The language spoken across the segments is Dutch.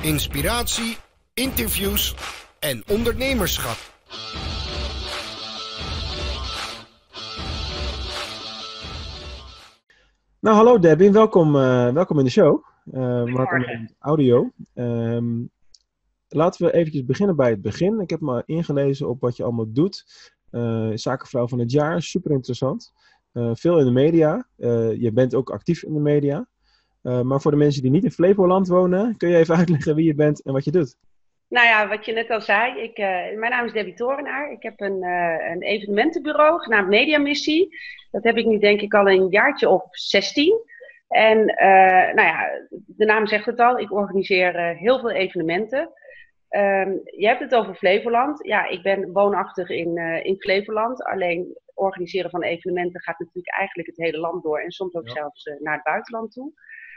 inspiratie, interviews en ondernemerschap. Nou, hallo Debbie, welkom in de show. Mark Audio. Laten we eventjes beginnen bij het begin. Ik heb me ingelezen op wat je allemaal doet. Zakenvrouw van het jaar, super interessant. Veel in de media. Je bent ook actief in de media. Maar voor de mensen die niet in Flevoland wonen, kun je even uitleggen wie je bent en wat je doet? Nou ja, wat je net al zei, mijn naam is Debbie Torenaar. Ik heb een evenementenbureau genaamd Mediamissie. Dat heb ik nu denk ik al een jaartje of 16. En nou ja, de naam zegt het al, ik organiseer heel veel evenementen. Je hebt het over Flevoland. Ja, ik ben woonachtig in Flevoland. Alleen organiseren van evenementen gaat natuurlijk eigenlijk het hele land door. En soms ook zelfs naar het buitenland toe.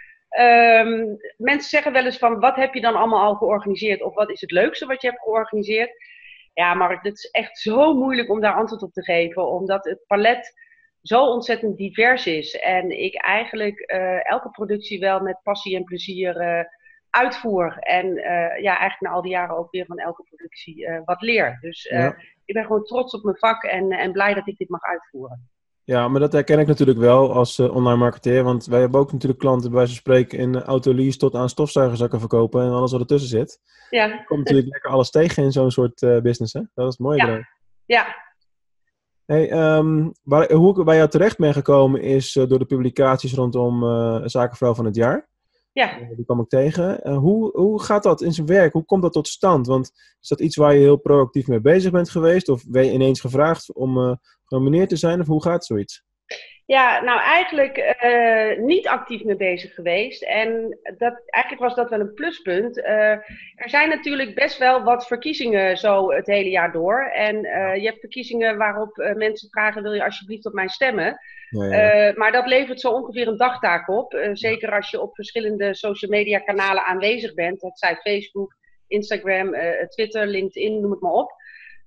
Mensen zeggen wel eens van, wat heb je dan allemaal al georganiseerd? Of wat is het leukste wat je hebt georganiseerd? Ja, Mark, het is echt zo moeilijk om daar antwoord op te geven. Omdat het palet zo ontzettend divers is. En ik eigenlijk elke productie wel met passie en plezier uitvoer. En ja, eigenlijk na al die jaren ook weer van elke productie wat leer. Dus ik ben gewoon trots op mijn vak en blij dat ik dit mag uitvoeren. Ja, maar dat herken ik natuurlijk wel als online marketeer. Want wij hebben ook natuurlijk klanten, bij wijze van spreken, in autolease tot aan stofzuigerzakken verkopen en alles wat ertussen zit. Ja. Er komt natuurlijk lekker alles tegen in zo'n soort business, hè? Dat is het mooie eraan. Ja. Hey, hoe ik bij jou terecht ben gekomen is door de publicaties rondom Zakenvrouw van het jaar. Ja. Die kwam ik tegen. Hoe gaat dat in zijn werk? Hoe komt dat tot stand? Want is dat iets waar je heel proactief mee bezig bent geweest? Of ben je ineens gevraagd om genomineerd te zijn? Of hoe gaat zoiets? Ja, nou eigenlijk niet actief mee bezig geweest. En eigenlijk was dat wel een pluspunt. Er zijn natuurlijk best wel wat verkiezingen zo het hele jaar door. En je hebt verkiezingen waarop mensen vragen, wil je alsjeblieft op mij stemmen? Ja. Maar dat levert zo ongeveer een dagtaak op. Zeker als je op verschillende social media kanalen aanwezig bent. Dat zijn Facebook, Instagram, Twitter, LinkedIn, noem het maar op.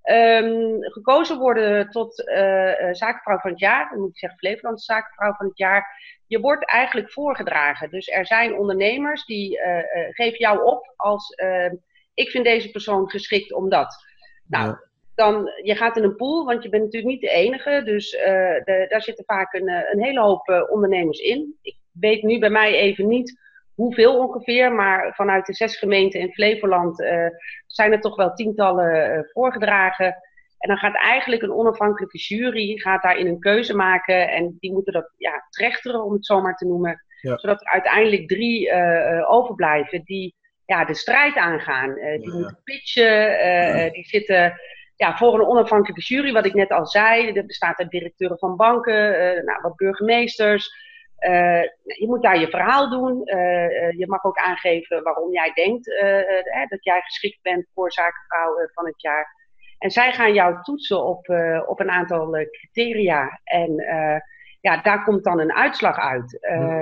Gekozen worden tot zakenvrouw van het jaar, dan moet ik zeggen Flevolandse zakenvrouw van het jaar. Je wordt eigenlijk voorgedragen. Dus er zijn ondernemers die geven jou op als ik vind deze persoon geschikt om dat. Nou, dan, je gaat in een pool, want je bent natuurlijk niet de enige. Dus daar zitten vaak een hele hoop ondernemers in. Ik weet nu bij mij even niet hoeveel ongeveer, maar vanuit de 6 gemeenten in Flevoland zijn er toch wel tientallen voorgedragen. En dan gaat eigenlijk een onafhankelijke jury daarin een keuze maken. En die moeten dat trechteren, om het zo maar te noemen. Ja. Zodat er uiteindelijk 3 overblijven die de strijd aangaan. Die moeten pitchen, die zitten voor een onafhankelijke jury, wat ik net al zei. Er bestaat uit directeuren van banken, wat burgemeesters. Je moet daar je verhaal doen. Je mag ook aangeven waarom jij denkt dat jij geschikt bent voor zakenvrouw van het jaar. En zij gaan jou toetsen op een aantal criteria. En daar komt dan een uitslag uit.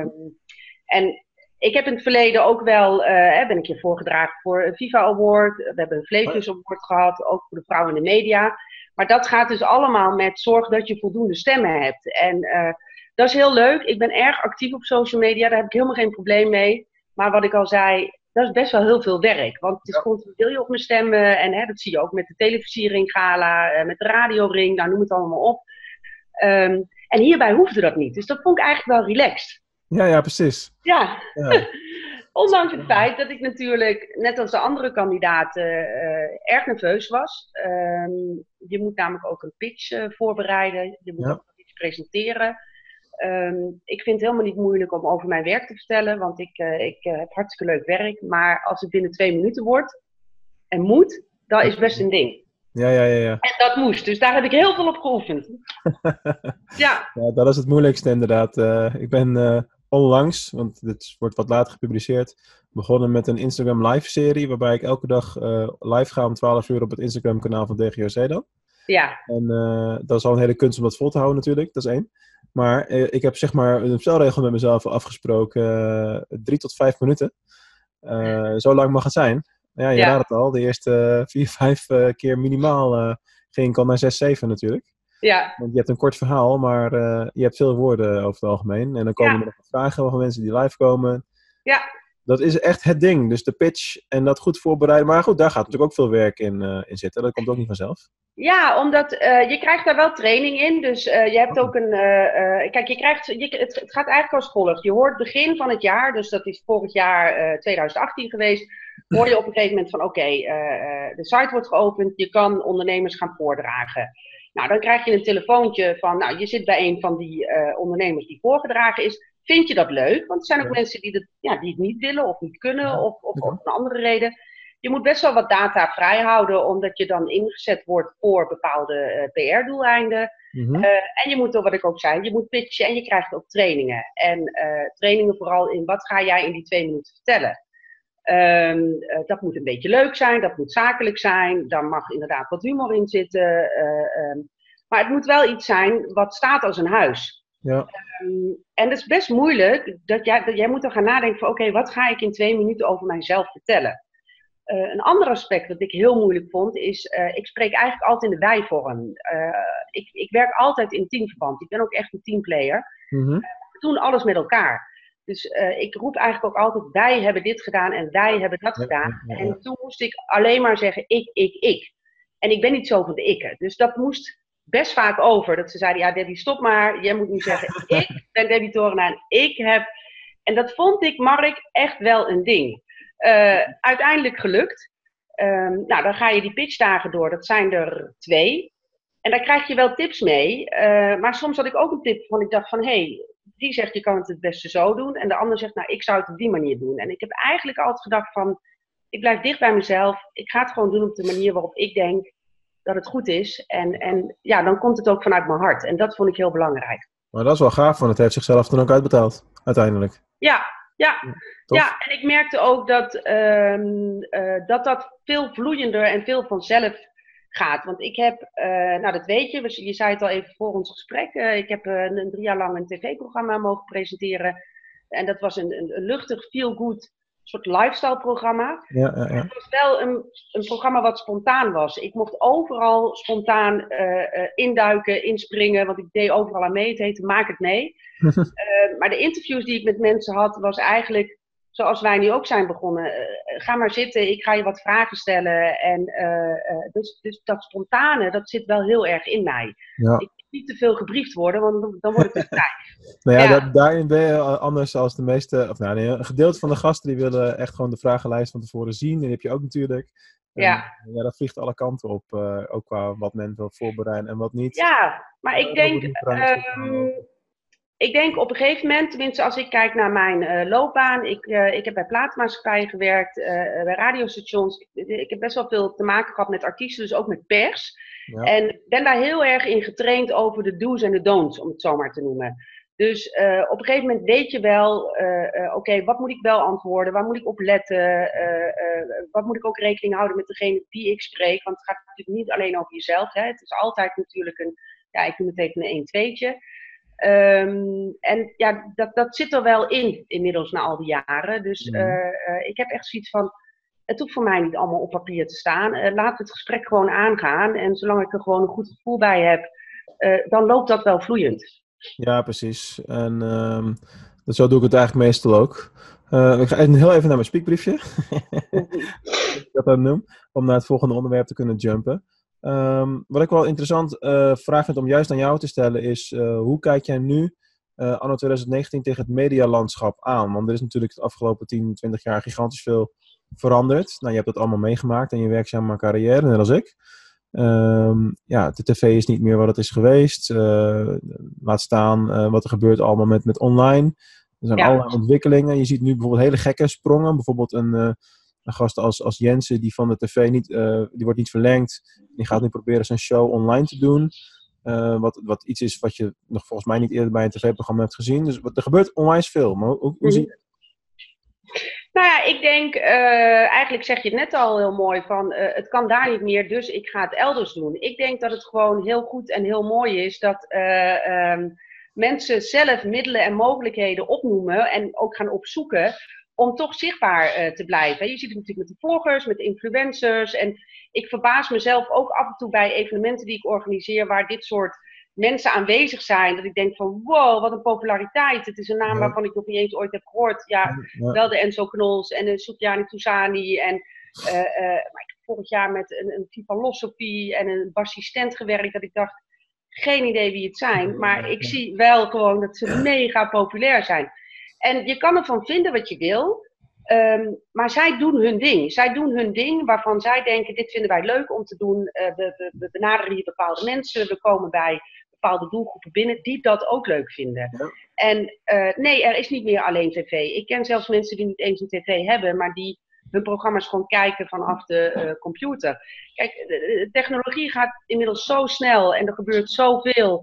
En ik heb in het verleden ook wel, ben ik hier voorgedragen voor een Viva Award. We hebben een Flevius Award gehad, ook voor de vrouw in de media. Maar dat gaat dus allemaal met zorg dat je voldoende stemmen hebt. En dat is heel leuk. Ik ben erg actief op social media. Daar heb ik helemaal geen probleem mee. Maar wat ik al zei, dat is best wel heel veel werk. Want het is continu, wil je op me stemmen? En dat zie je ook met de televisiering gala, met de radioring, nou noem het allemaal op. En hierbij hoefde dat niet. Dus dat vond ik eigenlijk wel relaxed. Ja, precies. Ja. Ondanks het feit dat ik natuurlijk, net als de andere kandidaten, erg nerveus was. Je moet namelijk ook een pitch voorbereiden. Je moet ook iets presenteren. Ik vind het helemaal niet moeilijk om over mijn werk te vertellen, want ik heb hartstikke leuk werk. Maar als het binnen 2 minuten wordt en moet, dat is best een ding. Ja. En dat moest, dus daar heb ik heel veel op geoefend. Ja, dat is het moeilijkste inderdaad. Ik ben onlangs, want dit wordt wat later gepubliceerd, begonnen met een Instagram live serie, waarbij ik elke dag live ga om 12 uur op het Instagram kanaal van DGOC dan. Ja. En dat is al een hele kunst om dat vol te houden natuurlijk, dat is 1. Maar ik heb zeg maar een spelregel met mezelf afgesproken, 3 tot 5 minuten. Zo lang mag het zijn. Ja, je raadt het al, de eerste 4, 5 keer minimaal ging ik al naar 6, 7 natuurlijk. Ja. Want je hebt een kort verhaal, maar je hebt veel woorden over het algemeen. En dan komen er nog wat vragen van mensen die live komen. Ja. Dat is echt het ding. Dus de pitch en dat goed voorbereiden. Maar goed, daar gaat natuurlijk ook veel werk in zitten. Dat komt ook niet vanzelf. Ja, omdat je krijgt daar wel training in. Dus je hebt ook een. Kijk, het gaat eigenlijk als volgt. Je hoort begin van het jaar, dus dat is vorig jaar 2018 geweest. Hoor je op een gegeven moment van de site wordt geopend, je kan ondernemers gaan voordragen. Nou, dan krijg je een telefoontje van, nou, je zit bij een van die ondernemers die voorgedragen is. Vind je dat leuk? Want er zijn ook mensen die het niet willen of niet kunnen of een andere reden. Je moet best wel wat data vrijhouden, omdat je dan ingezet wordt voor bepaalde PR-doeleinden. En je moet, wat ik ook zei, je moet pitchen en je krijgt ook trainingen. En trainingen vooral in wat ga jij in die 2 minuten vertellen. Dat moet een beetje leuk zijn, dat moet zakelijk zijn. Daar mag inderdaad wat humor in zitten. Maar het moet wel iets zijn wat staat als een huis. Ja. En het is best moeilijk dat jij moet dan gaan nadenken van oké, wat ga ik in 2 minuten over mijzelf vertellen? Een ander aspect dat ik heel moeilijk vond is, ik spreek eigenlijk altijd in de wij-vorm. Ik werk altijd in teamverband. Ik ben ook echt een teamplayer. We doen alles met elkaar. Dus ik roep eigenlijk ook altijd, wij hebben dit gedaan en wij hebben dat gedaan. En toen moest ik alleen maar zeggen, ik. En ik ben niet zo van de ikken. Dus dat moest best vaak over. Dat ze zeiden, ja Debbie, stop maar. Jij moet nu zeggen, ik ben Debbie Torenaar en ik heb... En dat vond ik, Mark, echt wel een ding. Uiteindelijk gelukt. Nou, dan ga je die pitchdagen door. Dat zijn er 2. En daar krijg je wel tips mee. Maar soms had ik ook een tip van, ik dacht van, die zegt je kan het beste zo doen. En de ander zegt, nou, ik zou het op die manier doen. En ik heb eigenlijk altijd gedacht van, ik blijf dicht bij mezelf. Ik ga het gewoon doen op de manier waarop ik denk dat het goed is. En ja, dan komt het ook vanuit mijn hart. En dat vond ik heel belangrijk. Maar dat is wel gaaf, want het heeft zichzelf dan ook uitbetaald, uiteindelijk. Ja, en ik merkte ook dat veel vloeiender en veel vanzelf gaat. Want ik heb, dat weet je, je zei het al even voor ons gesprek. Ik heb 3 jaar lang een tv-programma mogen presenteren. En dat was een luchtig, feel-good soort lifestyle-programma. Ja. Het was wel een programma wat spontaan was. Ik mocht overal spontaan induiken, inspringen, want ik deed overal aan mee. Het heette Maak het mee. Maar de interviews die ik met mensen had, was eigenlijk zoals wij nu ook zijn begonnen. Ga maar zitten, ik ga je wat vragen stellen. En dus dat spontane, dat zit wel heel erg in mij. Ja. Ik moet niet te veel gebriefd worden, want dan word ik te stijf. Nou ja, daarin ben je anders als de meeste... een gedeelte van de gasten die willen echt gewoon de vragenlijst van tevoren zien. En die heb je ook natuurlijk. Ja, dat vliegt alle kanten op. Ook qua wat men wil voorbereiden en wat niet. Ja, maar ik denk op een gegeven moment, tenminste als ik kijk naar mijn loopbaan, ik heb bij platenmaatschappijen gewerkt, bij radiostations. Ik heb best wel veel te maken gehad met artiesten, dus ook met pers. Ja. En ben daar heel erg in getraind over de do's en de don'ts, om het zo maar te noemen. Dus op een gegeven moment weet je wel, oké, wat moet ik wel antwoorden, waar moet ik op letten, wat moet ik ook rekening houden met degene die ik spreek, want het gaat natuurlijk niet alleen over jezelf, hè. Het is altijd natuurlijk ik noem het even een 1-2'tje. En ja, dat zit er wel in inmiddels na al die jaren. Dus ik heb echt zoiets van, het hoeft voor mij niet allemaal op papier te staan. Laten we het gesprek gewoon aangaan. En zolang ik er gewoon een goed gevoel bij heb, dan loopt dat wel vloeiend. Ja, precies. En zo doe ik het eigenlijk meestal ook. Ik ga heel even naar mijn speakbriefje. Ik dat dan noem, om naar het volgende onderwerp te kunnen jumpen. Wat ik wel interessant vraag vind om juist aan jou te stellen is, hoe kijk jij nu, anno 2019, tegen het medialandschap aan? Want er is natuurlijk de afgelopen 10, 20 jaar gigantisch veel veranderd. Nou, je hebt dat allemaal meegemaakt in je werkzame carrière, net als ik. De tv is niet meer wat het is geweest. Laat staan wat er gebeurt allemaal met online. Er zijn allerlei ontwikkelingen. Je ziet nu bijvoorbeeld hele gekke sprongen. Bijvoorbeeld een gast als Jensen, die van de tv die wordt niet verlengd. Die gaat nu proberen zijn show online te doen. Wat iets is wat je nog volgens mij niet eerder bij een tv-programma hebt gezien. Dus er gebeurt onwijs veel. Maar hoe zie je het? Nou ja, ik denk, eigenlijk zeg je het net al heel mooi van, het kan daar niet meer, dus ik ga het elders doen. Ik denk dat het gewoon heel goed en heel mooi is dat mensen zelf middelen en mogelijkheden opnoemen en ook gaan opzoeken om toch zichtbaar te blijven. Je ziet het natuurlijk met de vloggers, met de influencers. En ik verbaas mezelf ook af en toe bij evenementen die ik organiseer, waar dit soort mensen aanwezig zijn, dat ik denk van wow, wat een populariteit. Het is een naam waarvan ik nog niet eens ooit heb gehoord. Ja, wel de Enzo Knols en de Soufiane Touzani. Maar ik heb vorig jaar met een Fifa Lossopie en een bassistent gewerkt, dat ik dacht, geen idee wie het zijn. Maar ik zie wel gewoon dat ze mega populair zijn. En je kan ervan vinden wat je wil. Maar zij doen hun ding. Zij doen hun ding waarvan zij denken, dit vinden wij leuk om te doen. We benaderen hier bepaalde mensen. We komen bij bepaalde doelgroepen binnen die dat ook leuk vinden. Ja. En nee, er is niet meer alleen tv. Ik ken zelfs mensen die niet eens een tv hebben, maar die hun programma's gewoon kijken vanaf de computer. Kijk, de technologie gaat inmiddels zo snel en er gebeurt zoveel.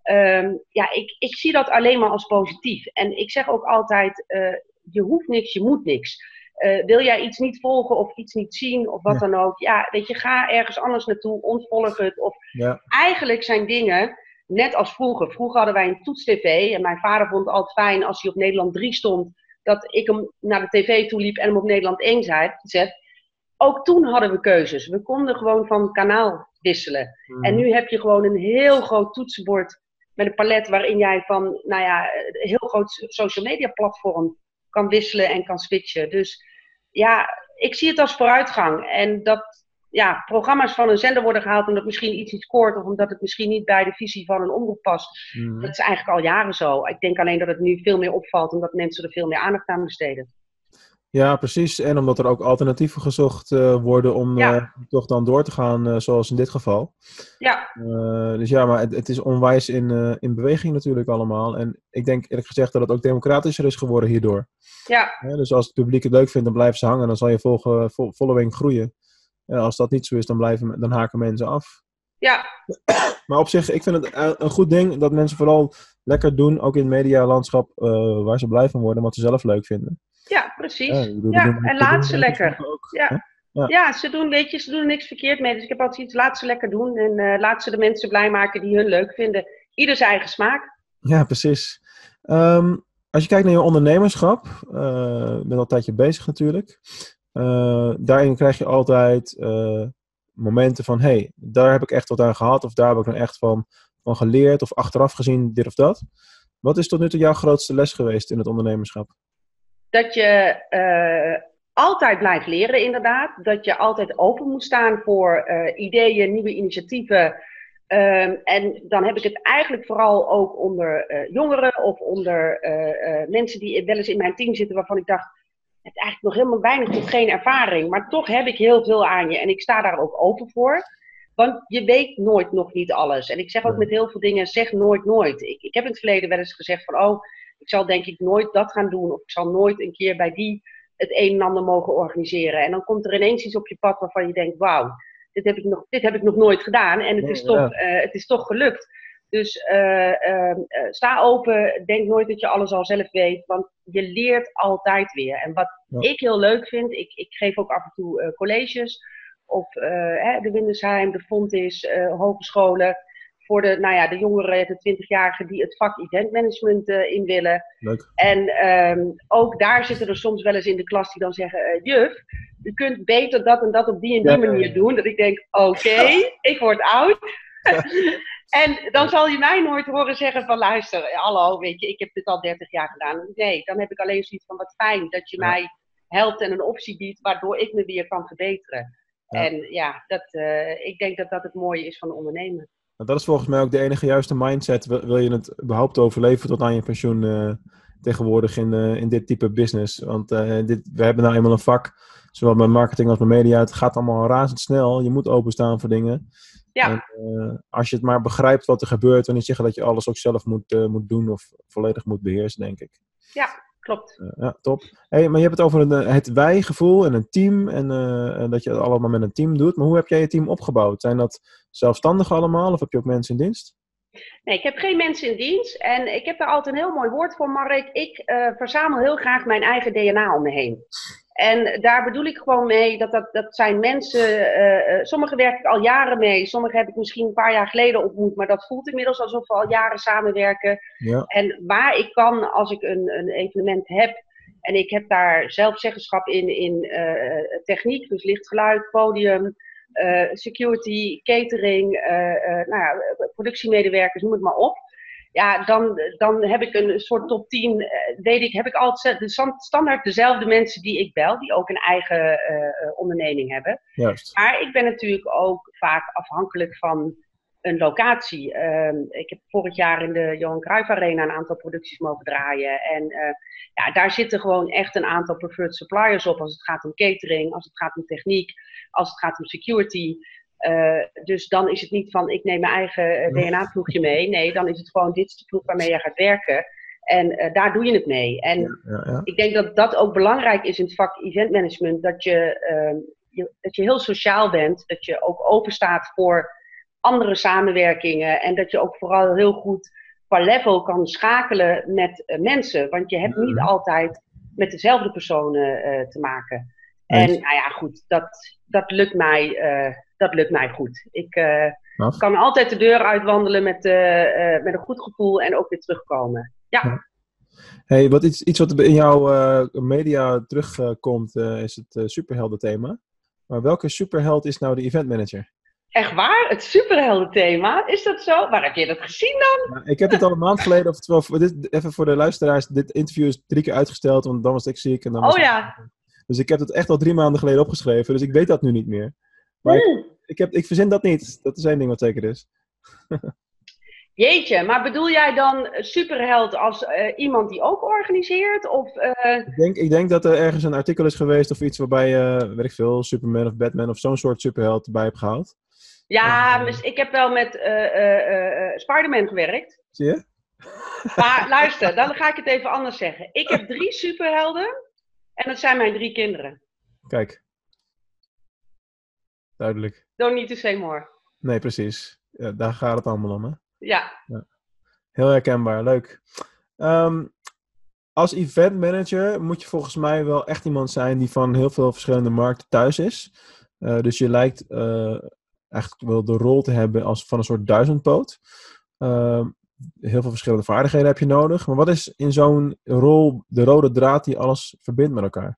Ik zie dat alleen maar als positief. En ik zeg ook altijd, je hoeft niks, je moet niks. Wil jij iets niet volgen of iets niet zien of wat dan ook. Ja, weet je, ga ergens anders naartoe, ontvolg het. Eigenlijk zijn dingen, net als vroeger. Vroeger hadden wij een toets-tv en mijn vader vond het altijd fijn als hij op Nederland 3 stond, dat ik hem naar de tv toe liep en hem op Nederland 1 zet. Ook toen hadden we keuzes. We konden gewoon van kanaal wisselen. En nu heb je gewoon een heel groot toetsenbord met een palet waarin jij van, een heel groot social media platform kan wisselen en kan switchen. Dus ja, ik zie het als vooruitgang. En dat programma's van een zender worden gehaald omdat misschien iets niet scoort of omdat het misschien niet bij de visie van een omroep past. Dat is eigenlijk al jaren zo. Ik denk alleen dat het nu veel meer opvalt omdat mensen er veel meer aandacht aan besteden. Ja, precies. En omdat er ook alternatieven gezocht worden om toch dan door te gaan, zoals in dit geval. Ja. Dus ja, maar het is onwijs in beweging natuurlijk allemaal. En ik denk eerlijk gezegd dat het ook democratischer is geworden hierdoor. Ja. Dus als het publiek het leuk vindt, dan blijven ze hangen. Dan zal je following groeien. Als dat niet zo is, dan haken mensen af. Ja. Maar op zich, ik vind het een goed ding dat mensen vooral lekker doen, ook in het medialandschap, waar ze blij van worden, wat ze zelf leuk vinden. Ja, precies. En laat ze lekker. Ja, ze doen niks verkeerd mee. Dus ik heb altijd iets, laat ze lekker doen. En laat ze de mensen blij maken die hun leuk vinden. Ieder zijn eigen smaak. Ja, precies. Als je kijkt naar je ondernemerschap, ben al een tijdje bezig natuurlijk. Daarin krijg je altijd momenten van, hey, daar heb ik echt wat aan gehad. Of daar heb ik dan echt van geleerd. Of achteraf gezien dit of dat. Wat is tot nu toe jouw grootste les geweest in het ondernemerschap? Dat je altijd blijft leren, inderdaad. Dat je altijd open moet staan voor ideeën, nieuwe initiatieven. En dan heb ik het eigenlijk vooral ook onder jongeren of onder mensen die wel eens in mijn team zitten waarvan ik dacht, je hebt eigenlijk nog helemaal weinig tot geen ervaring. Maar toch heb ik heel veel aan je en ik sta daar ook open voor. Want je weet nooit nog niet alles. En ik zeg ook met heel veel dingen, zeg nooit. Ik heb in het verleden wel eens gezegd van, ik zal denk ik nooit dat gaan doen. Of ik zal nooit een keer bij die het een en ander mogen organiseren. En dan komt er ineens iets op je pad waarvan je denkt, wauw, dit heb ik nog nooit gedaan. En het is toch gelukt. Dus sta open, denk nooit dat je alles al zelf weet. Want je leert altijd weer. En wat ik heel leuk vind, ik geef ook af en toe colleges. Of de Windersheim, de Fontys, hogescholen. Voor de jongeren, de 20-jarigen die het vak eventmanagement in willen. Leuk. En ook daar zitten er soms wel eens in de klas die dan zeggen, juf, u kunt beter dat en dat op die en die manier doen. Dat ik denk, oké, ik word oud. En dan zal je mij nooit horen zeggen van, luister, hallo, weet je, ik heb dit al 30 jaar gedaan. Nee, dan heb ik alleen zoiets van, wat fijn dat je mij helpt en een optie biedt, waardoor ik me weer kan verbeteren. Ja. En ik denk dat dat het mooie is van de ondernemer. Dat is volgens mij ook de enige juiste mindset. Wil je het überhaupt overleven tot aan je pensioen tegenwoordig in dit type business? Want we hebben nou eenmaal een vak, zowel met marketing als met media. Het gaat allemaal razendsnel. Je moet openstaan voor dingen. Ja. En, als je het maar begrijpt wat er gebeurt, wil niet zeggen dat je alles ook zelf moet doen of volledig moet beheersen, denk ik. Ja, klopt. Ja, top. Hey, maar je hebt het over het wij-gevoel en een team en dat je het allemaal met een team doet. Maar hoe heb jij je team opgebouwd? Zijn dat zelfstandigen allemaal of heb je ook mensen in dienst? Nee, ik heb geen mensen in dienst en ik heb daar altijd een heel mooi woord voor, Mark. Ik verzamel heel graag mijn eigen DNA om me heen. En daar bedoel ik gewoon mee dat zijn mensen, sommigen werk ik al jaren mee, sommigen heb ik misschien een paar jaar geleden ontmoet, maar dat voelt inmiddels alsof we al jaren samenwerken. Ja. En waar ik kan, als ik een evenement heb, en ik heb daar zelf zeggenschap in techniek, dus licht, geluid, podium, security, catering, productiemedewerkers, noem het maar op. Ja, dan heb ik een soort top 10, heb ik altijd standaard dezelfde mensen die ik bel, die ook een eigen onderneming hebben. Juist. Maar ik ben natuurlijk ook vaak afhankelijk van een locatie. Ik heb vorig jaar in de Johan Cruijff Arena een aantal producties mogen draaien. En daar zitten gewoon echt een aantal preferred suppliers op als het gaat om catering, als het gaat om techniek, als het gaat om security. Dus dan is het niet van ik neem mijn eigen DNA-ploegje mee. Nee, dan is het gewoon dit is de ploeg waarmee je gaat werken. En daar doe je het mee. En ik denk dat dat ook belangrijk is in het vak eventmanagement. Dat je heel sociaal bent. Dat je ook open staat voor andere samenwerkingen. En dat je ook vooral heel goed qua level kan schakelen met mensen. Want je hebt niet altijd met dezelfde personen te maken. En nou ja, goed, dat lukt mij goed. Ik kan altijd de deur uitwandelen met een goed gevoel en ook weer terugkomen. Ja. Hey, iets wat in jouw media terugkomt is het superheldenthema. Maar welke superheld is nou de eventmanager? Echt waar? Het superheldenthema? Is dat zo? Waar heb je dat gezien dan? Ja, ik heb het al een maand geleden, even voor de luisteraars, dit interview is 3 keer uitgesteld, want dan was ik ziek. En dan was Dus ik heb het echt al 3 maanden geleden opgeschreven, dus ik weet dat nu niet meer. Maar ik verzin dat niet. Dat is één ding wat zeker is. Jeetje, maar bedoel jij dan superheld als iemand die ook organiseert? Of, Ik denk dat er ergens een artikel is geweest of iets waarbij je, weet ik veel, Superman of Batman of zo'n soort superheld erbij hebt gehaald. Ja, dus ik heb wel met Spider-Man gewerkt. Zie je? Maar luister, dan ga ik het even anders zeggen. Ik heb 3 superhelden en dat zijn mijn 3 kinderen. Kijk. Duidelijk. Don't need to say more. Nee, precies. Ja, daar gaat het allemaal om, hè? Ja. Heel herkenbaar, leuk. Als event manager moet je volgens mij wel echt iemand zijn die van heel veel verschillende markten thuis is. Dus je lijkt eigenlijk wel de rol te hebben van een soort duizendpoot. Heel veel verschillende vaardigheden heb je nodig. Maar wat is in zo'n rol de rode draad die alles verbindt met elkaar?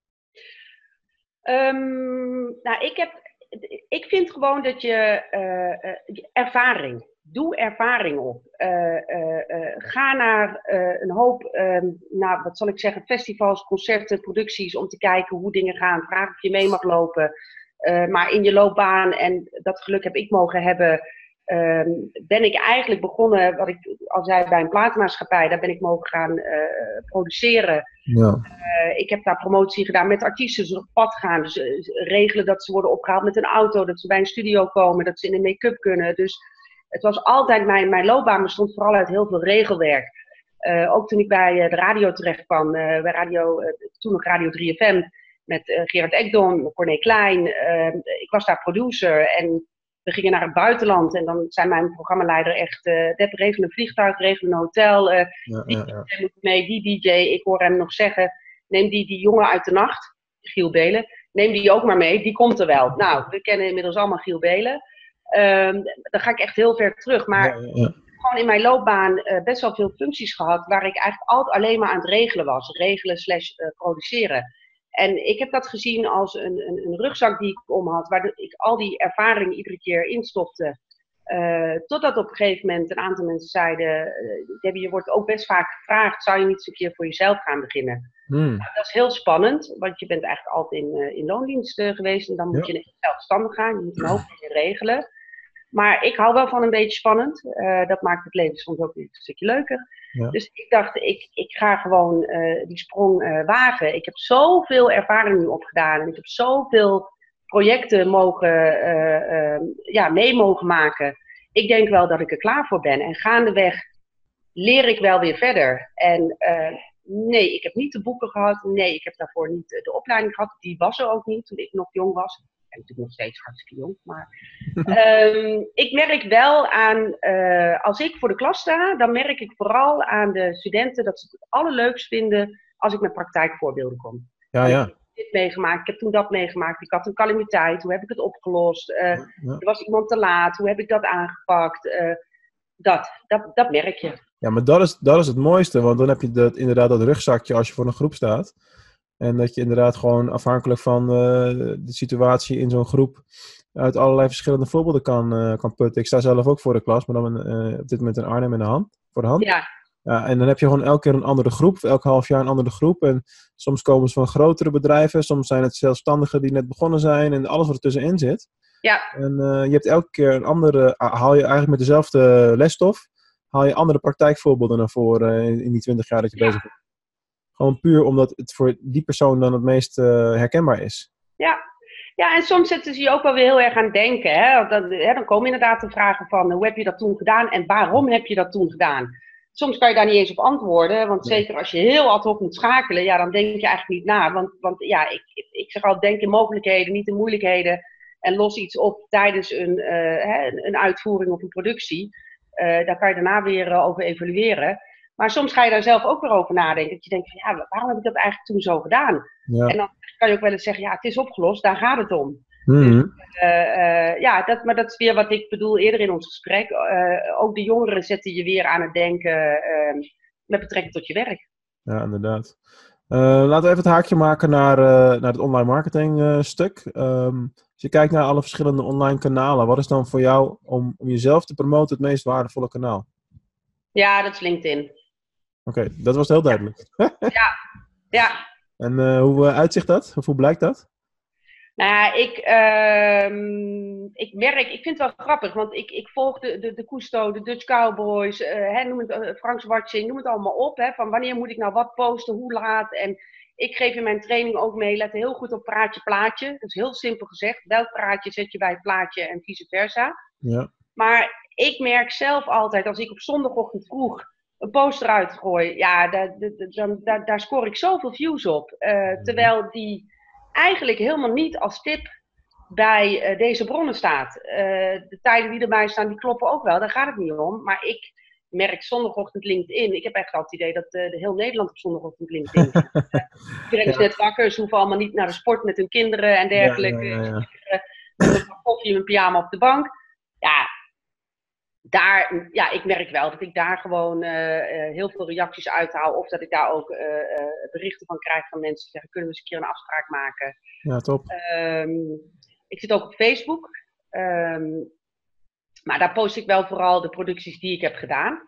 Ik vind gewoon dat je ervaring. Doe ervaring op. Ga naar een hoop, wat zal ik zeggen, festivals, concerten, producties om te kijken hoe dingen gaan. Vraag of je mee mag lopen. Maar in je loopbaan, en dat geluk heb ik mogen hebben, ben ik eigenlijk begonnen, wat ik al zei, bij een platenmaatschappij. Daar ben ik mogen gaan produceren. Ja. Ik heb daar promotie gedaan met artiesten, dus op pad gaan. Dus regelen dat ze worden opgehaald met een auto, dat ze bij een studio komen, dat ze in de make-up kunnen. Dus het was altijd, mijn loopbaan bestond vooral uit heel veel regelwerk. Ook toen ik bij de radio terecht kwam, toen nog Radio 3FM, met Gerard Ekdom, Corné Klein. Ik was daar producer en we gingen naar het buitenland. En dan zei mijn programmaleider echt, Deb, regel een vliegtuig, regel een hotel. Die moet mee, die DJ. Ik hoor hem nog zeggen, neem die jongen uit de nacht, Giel Belen. Neem die ook maar mee, die komt er wel. Nou, we kennen inmiddels allemaal Giel Belen. Dan ga ik echt heel ver terug. Maar ik heb gewoon in mijn loopbaan best wel veel functies gehad waar ik eigenlijk altijd alleen maar aan het regelen was. Regelen/produceren. En ik heb dat gezien als een rugzak die ik om had, waar ik al die ervaring iedere keer instopte. Totdat op een gegeven moment een aantal mensen zeiden, Debbie, je wordt ook best vaak gevraagd, zou je niet eens een keer voor jezelf gaan beginnen? Nou, dat is heel spannend, want je bent eigenlijk altijd in loondienst geweest en dan moet je zelfstandig gaan, je moet een hoop dingen regelen. Maar ik hou wel van een beetje spannend. Dat maakt het leven soms ook een stukje leuker. Ja. Dus ik dacht, ik ga gewoon die sprong wagen. Ik heb zoveel ervaring nu opgedaan. En ik heb zoveel projecten mee mogen maken. Ik denk wel dat ik er klaar voor ben. En gaandeweg leer ik wel weer verder. En nee, ik heb niet de boeken gehad. Nee, ik heb daarvoor niet de opleiding gehad. Die was er ook niet toen ik nog jong was. Ik ben natuurlijk nog steeds hartstikke jong, maar ik merk wel aan, als ik voor de klas sta, dan merk ik vooral aan de studenten dat ze het allerleukst vinden als ik met praktijkvoorbeelden kom. Ja. Ik heb dit meegemaakt, ik heb toen dat meegemaakt, ik had een calamiteit, hoe heb ik het opgelost? Er was iemand te laat, hoe heb ik dat aangepakt? Dat merk je. Ja, maar dat is het mooiste, want dan heb je inderdaad dat rugzakje als je voor een groep staat. En dat je inderdaad gewoon afhankelijk van de situatie in zo'n groep uit allerlei verschillende voorbeelden kan putten. Ik sta zelf ook voor de klas, maar dan op dit moment in Arnhem voor de hand. Ja. Ja, en dan heb je gewoon elke keer een andere groep, elk half jaar een andere groep. En soms komen ze van grotere bedrijven, soms zijn het zelfstandigen die net begonnen zijn en alles wat er tussenin zit. Ja. En je hebt elke keer een andere, haal je eigenlijk met dezelfde lesstof, haal je andere praktijkvoorbeelden naar voren in die 20 jaar dat je bezig bent. Gewoon puur omdat het voor die persoon dan het meest herkenbaar is. Ja, en soms zetten ze je ook wel weer heel erg aan het denken. Hè? Dan komen inderdaad de vragen van hoe heb je dat toen gedaan en waarom heb je dat toen gedaan? Soms kan je daar niet eens op antwoorden, want zeker als je heel ad hoc moet schakelen, ja, dan denk je eigenlijk niet na. Want ja, ik zeg al, denk in mogelijkheden, niet in moeilijkheden. En los iets op tijdens een uitvoering of een productie. Daar kan je daarna weer over evalueren. Maar soms ga je daar zelf ook weer over nadenken. Dat je denkt van ja, waarom heb ik dat eigenlijk toen zo gedaan? Ja. En dan kan je ook wel eens zeggen, ja, het is opgelost, daar gaat het om. Mm-hmm. Dus, maar dat is weer wat ik bedoel eerder in ons gesprek. Ook de jongeren zetten je weer aan het denken met betrekking tot je werk. Ja, inderdaad. Laten we even het haakje maken naar het online marketing stuk. Als je kijkt naar alle verschillende online kanalen, wat is dan voor jou om jezelf te promoten het meest waardevolle kanaal? Ja, dat is LinkedIn. Oké, dat was heel duidelijk. Ja. En hoe uitzicht dat? Of hoe blijkt dat? Nou ja, ik vind het wel grappig, want ik volg de Cousteau, de Dutch Cowboys, noem het, Frank Zwartje, noem het allemaal op. Van wanneer moet ik nou wat posten, hoe laat. En ik geef in mijn training ook mee, let heel goed op praatje, plaatje. Dat is heel simpel gezegd. Welk praatje zet je bij het plaatje en vice versa. Ja. Maar ik merk zelf altijd, als ik op zondagochtend vroeg een post eruit gooi, ja, daar scoor ik zoveel views op. Terwijl die eigenlijk helemaal niet als tip bij deze bronnen staat. De tijden die erbij staan, die kloppen ook wel, daar gaat het niet om. Maar ik merk zondagochtend LinkedIn. Ik heb echt al het idee dat de heel Nederland op zondagochtend LinkedIn zit. Iedereen is net wakker, ze hoeven allemaal niet naar de sport met hun kinderen en dergelijke. Met een koffie en een pyjama op de bank. Ik merk wel dat ik daar gewoon heel veel reacties uithaal. Of dat ik daar ook berichten van krijg van mensen die zeggen, kunnen we eens een keer een afspraak maken. Ja, top. Ik zit ook op Facebook. Maar daar post ik wel vooral de producties die ik heb gedaan.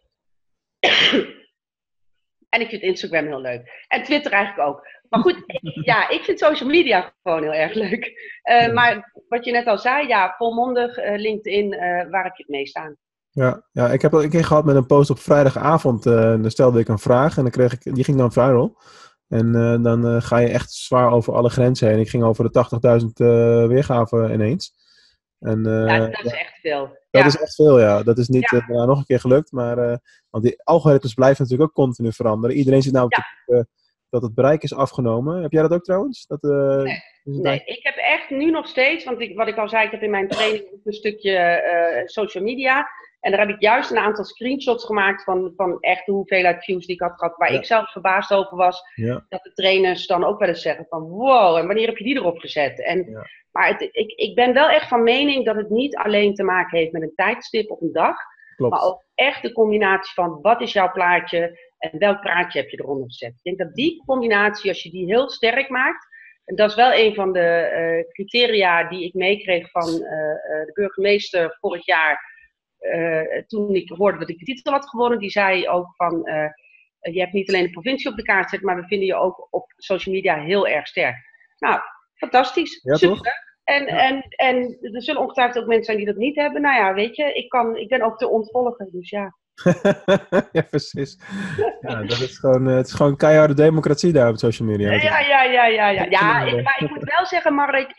En ik vind Instagram heel leuk. En Twitter eigenlijk ook. Maar goed, ik vind social media gewoon heel erg leuk. Maar wat je net al zei, ja, volmondig LinkedIn, waar heb je het meest aan? Ja, ik heb al een keer gehad met een post op vrijdagavond. Dan stelde ik een vraag en die ging dan viral. En dan ga je echt zwaar over alle grenzen heen. Ik ging over de 80.000 weergaven ineens. En, dat is echt veel. Dat is echt veel, ja. Dat is niet nog een keer gelukt. Maar want die algoritmes blijven natuurlijk ook continu veranderen. Iedereen zit nou dat het bereik is afgenomen. Heb jij dat ook trouwens? Nee, ik heb echt nu nog steeds, want wat ik al zei, ik heb in mijn training een stukje social media. En daar heb ik juist een aantal screenshots gemaakt van echt de hoeveelheid views die ik had gehad. Waar ik zelf verbaasd over was. Ja. Dat de trainers dan ook wel eens zeggen van wow, en wanneer heb je die erop gezet? Maar ik ben wel echt van mening dat het niet alleen te maken heeft met een tijdstip of een dag. Klopt. Maar ook echt de combinatie van wat is jouw plaatje en welk praatje heb je eronder gezet. Ik denk dat die combinatie, als je die heel sterk maakt. En dat is wel een van de criteria die ik meekreeg van de burgemeester vorig jaar. Toen ik hoorde dat ik de titel had gewonnen, die zei ook van, je hebt niet alleen de provincie op de kaart gezet, maar we vinden je ook op social media heel erg sterk. Nou, fantastisch. Ja, super. Toch? En er zullen ongetwijfeld ook mensen zijn die dat niet hebben. Nou ja, weet je, ik ben ook te ontvolgen, dus ja. Ja, precies. Ja, het is gewoon keiharde democratie daar op social media. Ja, maar ik moet wel zeggen, Mark,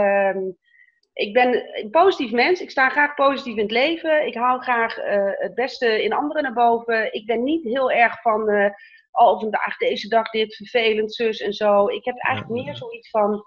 ik ben een positief mens. Ik sta graag positief in het leven. Ik haal graag het beste in anderen naar boven. Ik ben niet heel erg van, vandaag, deze dag dit, vervelend, zus en zo. Ik heb eigenlijk meer zoiets van,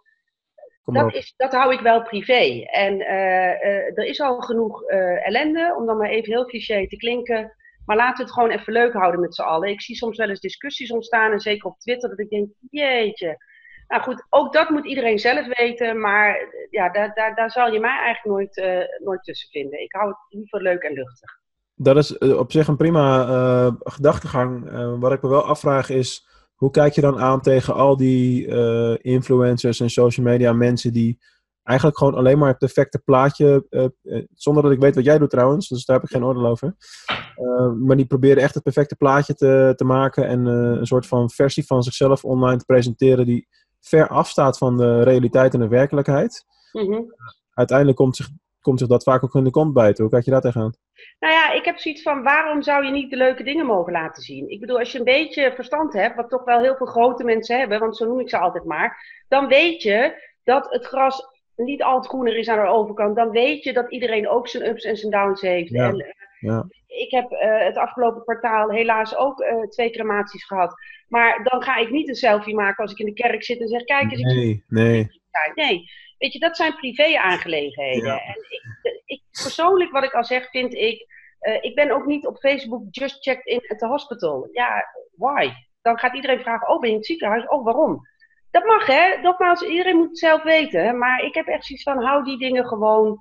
dat hou ik wel privé. En er is al genoeg ellende, om dan maar even heel cliché te klinken. Maar laten we het gewoon even leuk houden met z'n allen. Ik zie soms wel eens discussies ontstaan, en zeker op Twitter, dat ik denk, jeetje. Nou goed, ook dat moet iedereen zelf weten, maar ja, daar zal je mij eigenlijk nooit tussen vinden. Ik hou het liever leuk en luchtig. Dat is op zich een prima gedachtegang. Wat ik me wel afvraag is, hoe kijk je dan aan tegen al die influencers en social media mensen die eigenlijk gewoon alleen maar het perfecte plaatje, zonder dat ik weet wat jij doet trouwens, dus daar heb ik geen oordeel over. Maar die proberen echt het perfecte plaatje te maken en een soort van versie van zichzelf online te presenteren die ver afstaat van de realiteit en de werkelijkheid. Mm-hmm. Uiteindelijk komt zich dat vaak ook in de kont bijten. Hoe kijk je daar tegenaan? Nou ja, ik heb zoiets van, waarom zou je niet de leuke dingen mogen laten zien? Ik bedoel, als je een beetje verstand hebt, wat toch wel heel veel grote mensen hebben, want zo noem ik ze altijd maar, dan weet je dat het gras niet altijd groener is aan de overkant. Dan weet je dat iedereen ook zijn ups en zijn downs heeft. Ja. En Ja. ik heb het afgelopen kwartaal helaas ook 2 crematies gehad. Maar dan ga ik niet een selfie maken als ik in de kerk zit en zeg, kijk eens. Nee. Nee, weet je, dat zijn privé-aangelegenheden. Ja. En ik persoonlijk, wat ik al zeg, vind ik ben ook niet op Facebook just checked in at the hospital. Ja, why? Dan gaat iedereen vragen, ben je in het ziekenhuis? Waarom? Dat mag, hè? Nogmaals, iedereen moet het zelf weten. Maar ik heb echt zoiets van, hou die dingen gewoon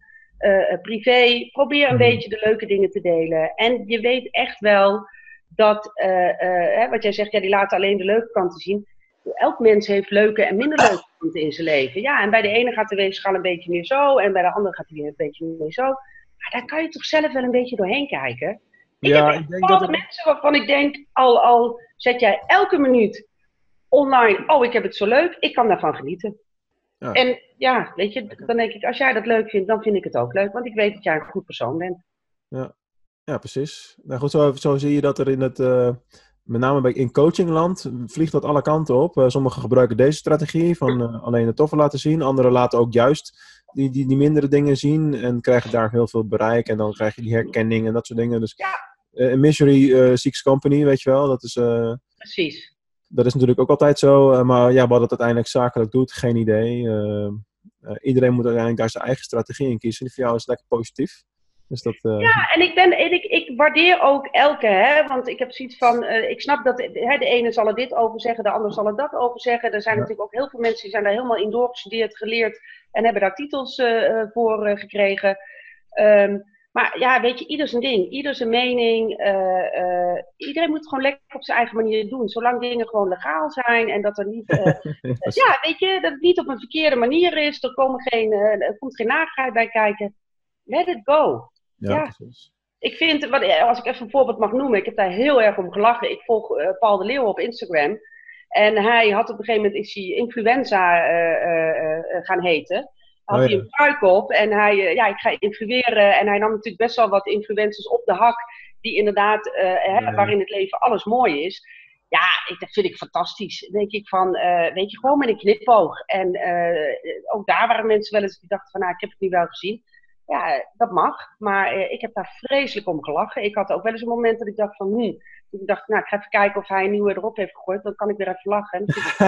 privé. Probeer een beetje de leuke dingen te delen. En je weet echt wel dat, wat jij zegt, die laten alleen de leuke kanten zien. Elk mens heeft leuke en minder leuke kanten in zijn leven. Ja, en bij de ene gaat de weegschaal een beetje meer zo. En bij de andere gaat hij weer een beetje meer zo. Maar daar kan je toch zelf wel een beetje doorheen kijken. Ik heb echt bepaalde mensen waarvan ik denk, al zet jij elke minuut online, ik heb het zo leuk, ik kan daarvan genieten. Ja. En ja, weet je, dan denk ik, als jij dat leuk vindt, dan vind ik het ook leuk. Want ik weet dat jij een goed persoon bent. Ja, precies. Nou goed, zo zie je dat er in het, met name in coachingland, vliegt dat alle kanten op. Sommigen gebruiken deze strategie van alleen het toffe laten zien. Anderen laten ook juist die mindere dingen zien en krijgen daar heel veel bereik. En dan krijg je die herkenning en dat soort dingen. Dus misery seeks company, weet je wel. Dat is, precies. Dat is natuurlijk ook altijd zo. Maar ja, wat het uiteindelijk zakelijk doet, geen idee. Iedereen moet uiteindelijk daar zijn eigen strategie in kiezen. Die voor jou is lekker positief. Dus dat, ja, en ik waardeer ook elke, hè, want ik heb zoiets van, ik snap dat de ene zal er dit over zeggen, de ander zal er dat over zeggen. Er zijn natuurlijk ook heel veel mensen die zijn daar helemaal in doorgestudeerd, geleerd en hebben daar titels voor gekregen. Maar ja, weet je, ieder zijn ding, ieder zijn mening. Iedereen moet het gewoon lekker op zijn eigen manier doen. Zolang dingen gewoon legaal zijn en dat er niet, ja, weet je, dat het niet op een verkeerde manier is. Er komt geen narigheid bij kijken. Let it go. Ja, precies. Ik vind, als ik even een voorbeeld mag noemen, ik heb daar heel erg om gelachen. Ik volg Paul de Leeuw op Instagram. En hij had op een gegeven moment, is hij influenza gaan heten. Had hij een pruik op en ik ga influeren. En hij nam natuurlijk best wel wat influencers op de hak, die inderdaad, waarin het leven alles mooi is. Ja, dat vind ik fantastisch. Dan denk ik van, weet je, gewoon met een knipoog. En ook daar waren mensen wel eens die dachten van, ik heb het nu wel gezien. Ja, dat mag, maar ik heb daar vreselijk om gelachen. Ik had ook wel eens een moment dat ik dacht van, ik dacht, ik ga even kijken of hij een nieuwe erop heeft gegooid. Dan kan ik weer even lachen.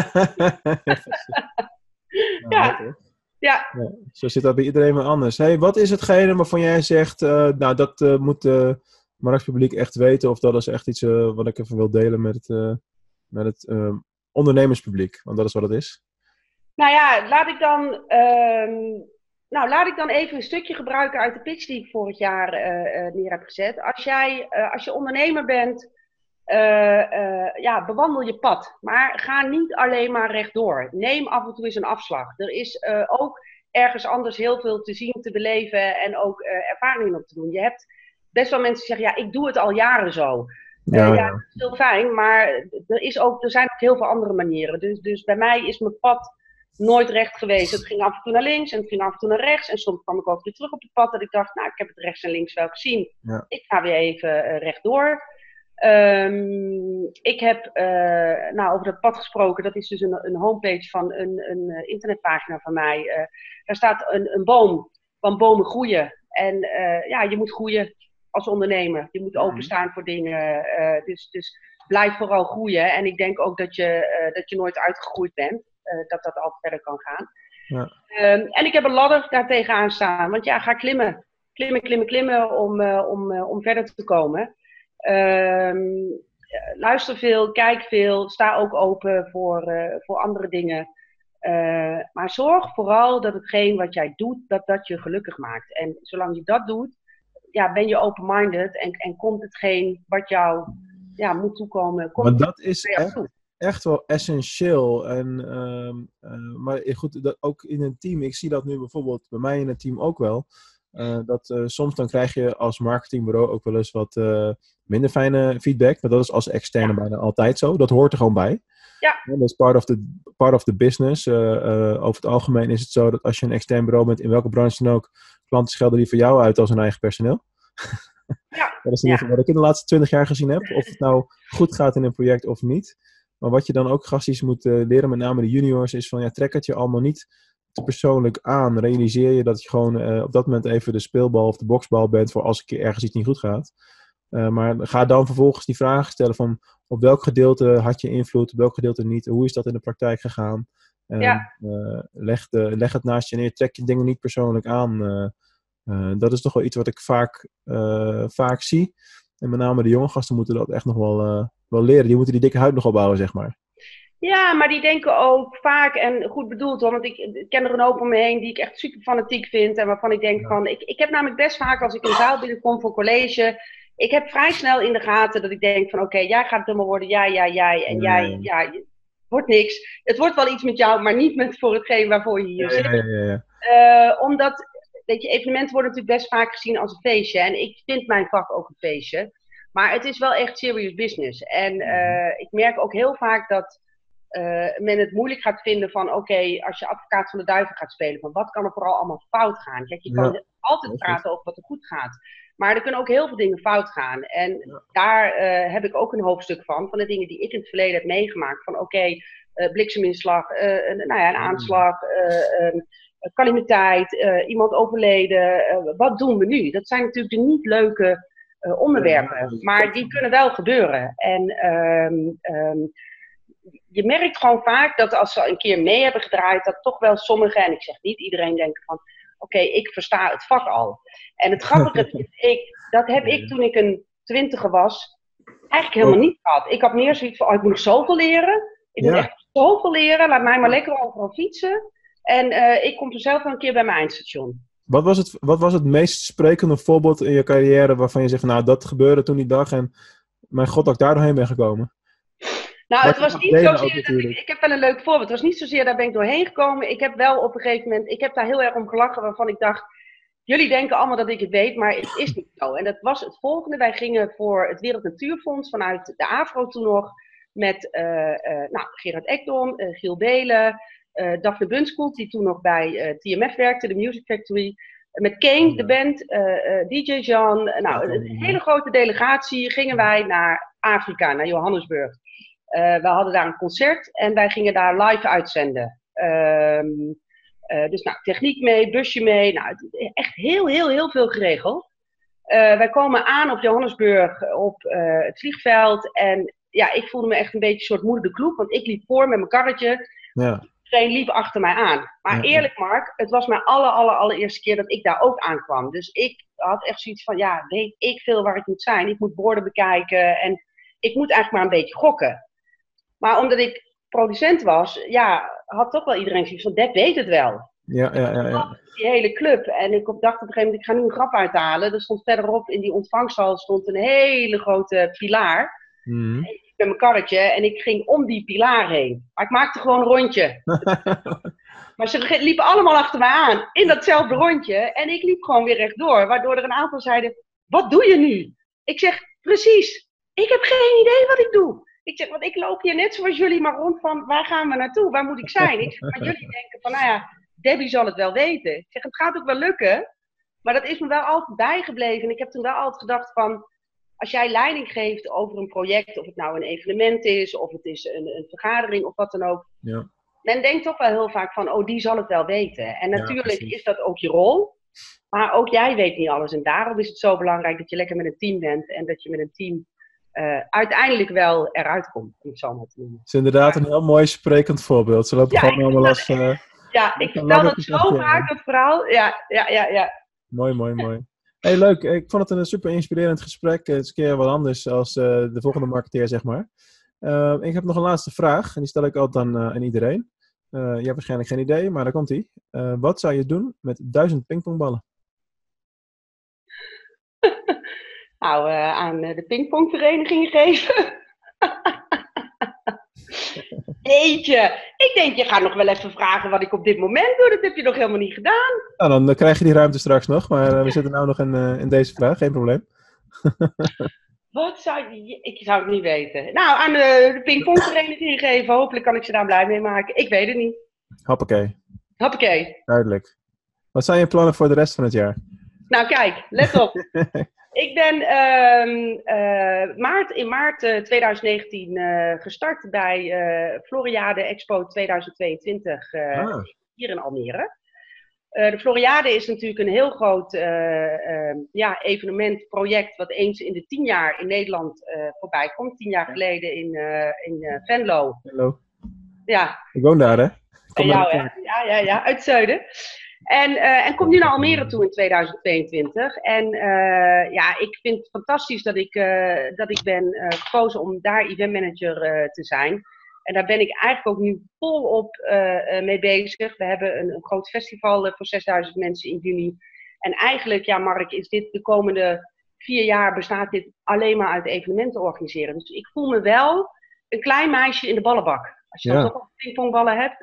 Ja. Zo zit dat bij iedereen maar anders. Hey, wat is hetgene waarvan jij zegt, dat moet het marktpubliek echt weten, of dat is echt iets wat ik even wil delen met het ondernemerspubliek, want dat is wat het is. Nou ja, laat ik dan even een stukje gebruiken uit de pitch die ik vorig jaar neer heb gezet. Als je ondernemer bent, bewandel je pad. Maar ga niet alleen maar rechtdoor. Neem af en toe eens een afslag. Er is ook ergens anders heel veel te zien, te beleven en ook ervaringen op te doen. Je hebt best wel mensen die zeggen, ik doe het al jaren zo. Dat is heel fijn, maar er zijn ook heel veel andere manieren. Dus bij mij is mijn pad nooit recht geweest. Het ging af en toe naar links en het ging af en toe naar rechts. En soms kwam ik ook weer terug op het pad dat ik dacht, ik heb het rechts en links wel gezien. Ja. Ik ga weer even rechtdoor. Ik heb over dat pad gesproken. Dat is dus een homepage van een internetpagina van mij. Daar staat een boom, want bomen groeien. En je moet groeien als ondernemer. Je moet openstaan voor dingen. Dus blijf vooral groeien. En ik denk ook dat je nooit uitgegroeid bent. Dat altijd verder kan gaan. Ja. En ik heb een ladder daar tegenaan staan. Want ga klimmen. Klimmen om verder te komen. Luister veel, kijk veel. Sta ook open voor andere dingen. Maar zorg vooral dat hetgeen wat jij doet, dat je gelukkig maakt. En zolang je dat doet, ben je open-minded. En komt hetgeen wat jou moet toekomen. Maar dat is echt wel essentieel. Maar goed, dat ook in een team. Ik zie dat nu bijvoorbeeld bij mij in een team ook wel. Dat soms dan krijg je als marketingbureau ook wel eens wat minder fijne feedback. Maar dat is als externe bijna altijd zo. Dat hoort er gewoon bij. Ja. Dat is part of the business. Over het algemeen is het zo dat als je een extern bureau bent, in welke branche dan ook, klanten schelden die voor jou uit als hun eigen personeel. Ja. Dat is in ieder geval wat ik in de laatste 20 jaar gezien heb. Of het nou goed gaat in een project of niet. Maar wat je dan ook gasties moet leren, met name de juniors, is van ja, trek het je allemaal niet te persoonlijk aan. Realiseer je dat je gewoon op dat moment even de speelbal of de boksbal bent voor als een keer ergens iets niet goed gaat. Maar ga dan vervolgens die vragen stellen van op welk gedeelte had je invloed, op welk gedeelte niet. Hoe is dat in de praktijk gegaan? Leg het naast je neer, trek je dingen niet persoonlijk aan. Dat is toch wel iets wat ik vaak zie. En met name de jonge gasten moeten dat echt nog wel leren. Die moeten die dikke huid nog opbouwen, zeg maar. Ja, maar die denken ook vaak, en goed bedoeld hoor, want ik ken er een hoop om me heen die ik echt super fanatiek vind. En waarvan ik denk van, ik heb namelijk best vaak als ik een zaal binnenkom voor college, ik heb vrij snel in de gaten dat ik denk van oké, jij gaat het helemaal worden, jij. En jij, het wordt niks. Het wordt wel iets met jou, maar niet met voor hetgeen waarvoor je hier zit. Omdat, weet je, evenementen worden natuurlijk best vaak gezien als een feestje. En ik vind mijn vak ook een feestje. Maar het is wel echt serious business. En ik merk ook heel vaak dat men het moeilijk gaat vinden van oké, als je advocaat van de duivel gaat spelen, van wat kan er vooral allemaal fout gaan? Kijk, je kan altijd praten over wat er goed gaat. Maar er kunnen ook heel veel dingen fout gaan. En daar heb ik ook een hoofdstuk van de dingen die ik in het verleden heb meegemaakt. Van blikseminslag, een aanslag, calamiteit, iemand overleden. Wat doen we nu? Dat zijn natuurlijk de niet leuke onderwerpen. Maar die kunnen wel gebeuren. En je merkt gewoon vaak dat als ze een keer mee hebben gedraaid, dat toch wel sommigen, en ik zeg niet iedereen, denken van oké, ik versta het vak al. En het grappige is, dat heb ik toen ik een 20er was, eigenlijk helemaal niet gehad. Ik had meer zoiets van, ik moet nog zoveel leren. Ik moet echt zoveel leren, laat mij maar lekker overal fietsen. En ik kom vanzelf wel een keer bij mijn eindstation. Wat was het meest sprekende voorbeeld in je carrière waarvan je zegt van nou, dat gebeurde toen die dag en mijn god dat ik daar doorheen ben gekomen? Nou, het was niet zozeer, ik heb wel een leuk voorbeeld. Het was niet zozeer, daar ben ik doorheen gekomen. Ik heb wel op een gegeven moment, ik heb daar heel erg om gelachen, waarvan ik dacht, jullie denken allemaal dat ik het weet, maar het is niet zo. En dat was het volgende. Wij gingen voor het Wereld Natuurfonds vanuit de AVRO toen nog met Gerard Ekdom, Giel Belen, Daphne Bunskoek, die toen nog bij TMF werkte, de Music Factory. Met Kane, de band, DJ Jan. Een hele grote delegatie gingen wij naar Afrika, naar Johannesburg. We hadden daar een concert en wij gingen daar live uitzenden. Dus techniek mee, busje mee. Echt heel veel geregeld. Wij komen aan op Johannesburg op het vliegveld. En ja, ik voelde me echt een beetje een soort moeder de kloek. Want ik liep voor met mijn karretje. Ja. Iedereen liep achter mij aan. Maar eerlijk Mark, het was mijn allereerste keer dat ik daar ook aankwam. Dus ik had echt zoiets van, ja, weet ik veel waar ik moet zijn. Ik moet borden bekijken en ik moet eigenlijk maar een beetje gokken. Maar omdat ik producent was, had toch wel iedereen zoiets van, Deb weet het wel. Ja. Die hele club. En ik dacht op een gegeven moment, ik ga nu een grap uithalen. Er stond verderop in die ontvangsthal stond een hele grote pilaar. Mm-hmm. Ik met mijn karretje en ik ging om die pilaar heen. Maar ik maakte gewoon een rondje. Maar ze liepen allemaal achter mij aan in datzelfde rondje. En ik liep gewoon weer rechtdoor. Waardoor er een aantal zeiden, wat doe je nu? Ik zeg, precies. Ik heb geen idee wat ik doe. Ik zeg, want ik loop hier net zoals jullie maar rond van, waar gaan we naartoe? Waar moet ik zijn? Ik zeg, maar jullie denken van, Debbie zal het wel weten. Ik zeg, het gaat ook wel lukken. Maar dat is me wel altijd bijgebleven. En ik heb toen wel altijd gedacht van, als jij leiding geeft over een project, of het nou een evenement is, of het is een vergadering, of wat dan ook. Ja. Men denkt toch wel heel vaak van, die zal het wel weten. En natuurlijk is dat ook je rol. Maar ook jij weet niet alles. En daarom is het zo belangrijk dat je lekker met een team bent. En dat je met een team uiteindelijk wel eruit komt. Om het zo maar te noemen. Het is inderdaad een heel mooi sprekend voorbeeld. Ze lopen gewoon allemaal als... ik vertel dat zo vaak, dat verhaal. Ja. Mooi. Hey, leuk. Ik vond het een super inspirerend gesprek. Het is een keer wat anders als de volgende marketeer, zeg maar. Ik heb nog een laatste vraag. En die stel ik altijd aan iedereen. Je hebt waarschijnlijk geen idee, maar daar komt ie. Wat zou je doen met 1000 pingpongballen? Nou, aan de pingpongvereniging geven. Jeetje, ik denk je gaat nog wel even vragen wat ik op dit moment doe. Dat heb je nog helemaal niet gedaan. Nou, dan krijg je die ruimte straks nog. Maar we zitten nou nog in deze vraag, geen probleem. Wat zou ik zou het niet weten. Nou, aan de pingpongvereniging geven. Hopelijk kan ik ze daar blij mee maken. Ik weet het niet. Hoppakee, Hoppakee. duidelijk. Wat zijn je plannen voor de rest van het jaar? Nou kijk, let op. Ik ben in maart 2019 gestart bij Floriade Expo 2022 hier in Almere. De Floriade is natuurlijk een heel groot evenementproject wat eens in de 10 jaar in Nederland voorbij komt. 10 jaar geleden in Venlo. Hallo. Ja. Ik woon daar, hè? Ja, uit het zuiden. En komt nu naar Almere toe in 2022. En ik vind het fantastisch dat ik ben gekozen om daar eventmanager te zijn. En daar ben ik eigenlijk ook nu volop mee bezig. We hebben een groot festival voor 6000 mensen in juni. En eigenlijk, ja Mark, is dit de komende 4 jaar bestaat dit alleen maar uit evenementen organiseren. Dus ik voel me wel een klein meisje in de ballenbak. Als je dan toch al pingpongballen hebt.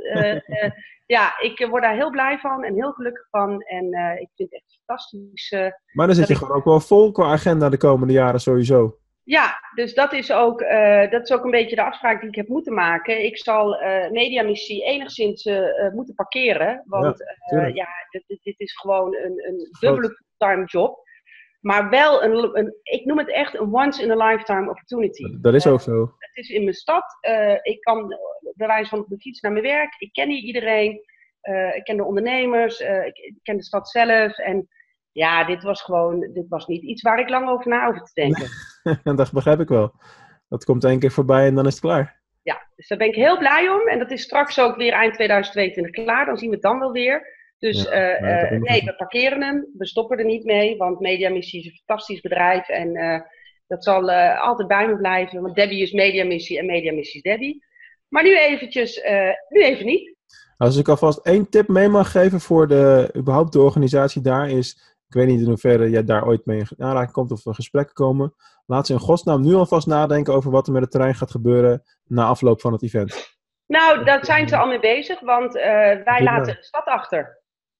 Ik word daar heel blij van en heel gelukkig van. En ik vind het echt fantastisch. Maar dan zit je gewoon ook wel vol qua agenda de komende jaren sowieso. Ja, dus dat is ook een beetje de afspraak die ik heb moeten maken. Ik zal mediamissie enigszins moeten parkeren. Want dit is gewoon een dubbele fulltime job. Maar wel ik noem het echt een once in a lifetime opportunity. Dat is ook zo. Het is in mijn stad. Ik kan bij wijze van op de fiets naar mijn werk. Ik ken hier iedereen. Ik ken de ondernemers. Ik ken de stad zelf. En ja, dit was niet iets waar ik lang over na hoef te denken. Dat begrijp ik wel. Dat komt 1 keer voorbij en dan is het klaar. Ja, dus daar ben ik heel blij om. En dat is straks ook weer eind 2022 klaar. Dan zien we het dan wel weer. Dus we parkeren hem. We stoppen er niet mee. Want Mediamissie is een fantastisch bedrijf. En dat zal altijd bij me blijven. Want Debbie is Mediamissie en Mediamissie is Debbie. Maar nu even niet. Als ik alvast 1 tip mee mag geven voor überhaupt de organisatie daar is... Ik weet niet in hoeverre jij daar ooit mee in aanraking komt of gesprekken komen. Laat ze in godsnaam nu alvast nadenken over wat er met het terrein gaat gebeuren na afloop van het event. Nou, daar zijn ze al mee bezig, want wij laten de stad achter.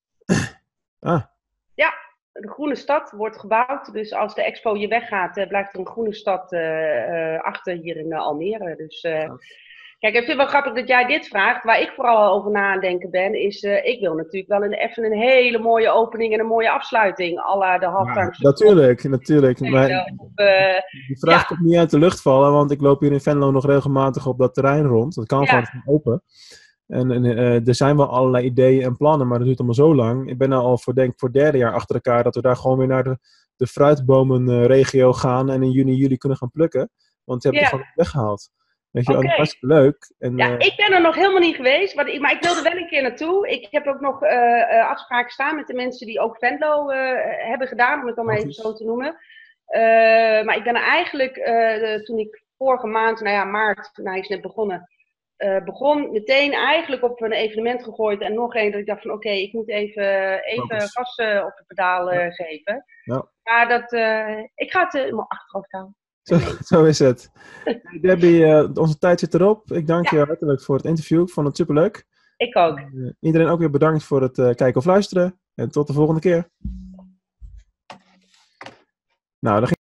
Ja, de groene stad wordt gebouwd. Dus als de expo hier weggaat, blijft er een groene stad achter hier in Almere. Dus kijk, ik vind het wel grappig dat jij dit vraagt. Waar ik vooral over na aan denken ben, is ik wil natuurlijk wel even een hele mooie opening en een mooie afsluiting. À la de halftime. Natuurlijk. Maar die vraag komt niet uit de lucht vallen, want ik loop hier in Venlo nog regelmatig op dat terrein rond. Dat kan gewoon open. En er zijn wel allerlei ideeën en plannen, maar dat duurt allemaal zo lang. Ik ben nou al voor 3e jaar achter elkaar dat we daar gewoon weer naar de fruitbomenregio gaan en in juni, juli kunnen gaan plukken. Want die hebben het gewoon weggehaald. Weet je, dat is hartstikke leuk. En, ik ben er nog helemaal niet geweest, maar ik wilde wel een keer naartoe. Ik heb ook nog afspraken staan met de mensen die ook Venlo hebben gedaan, om het dan maar even zo te noemen. Maar ik ben er eigenlijk, toen ik vorige maand, maart, hij is net begonnen, begon meteen eigenlijk op een evenement gegooid en nog één dat ik dacht van ik moet even gas op het pedaal geven. Ja. Maar ik ga het helemaal achterhoofd houden. Zo is het. Debbie, onze tijd zit erop. Ik dank je hartelijk voor het interview. Ik vond het superleuk. Ik ook. Iedereen ook weer bedankt voor het kijken of luisteren. En tot de volgende keer. Nou, dan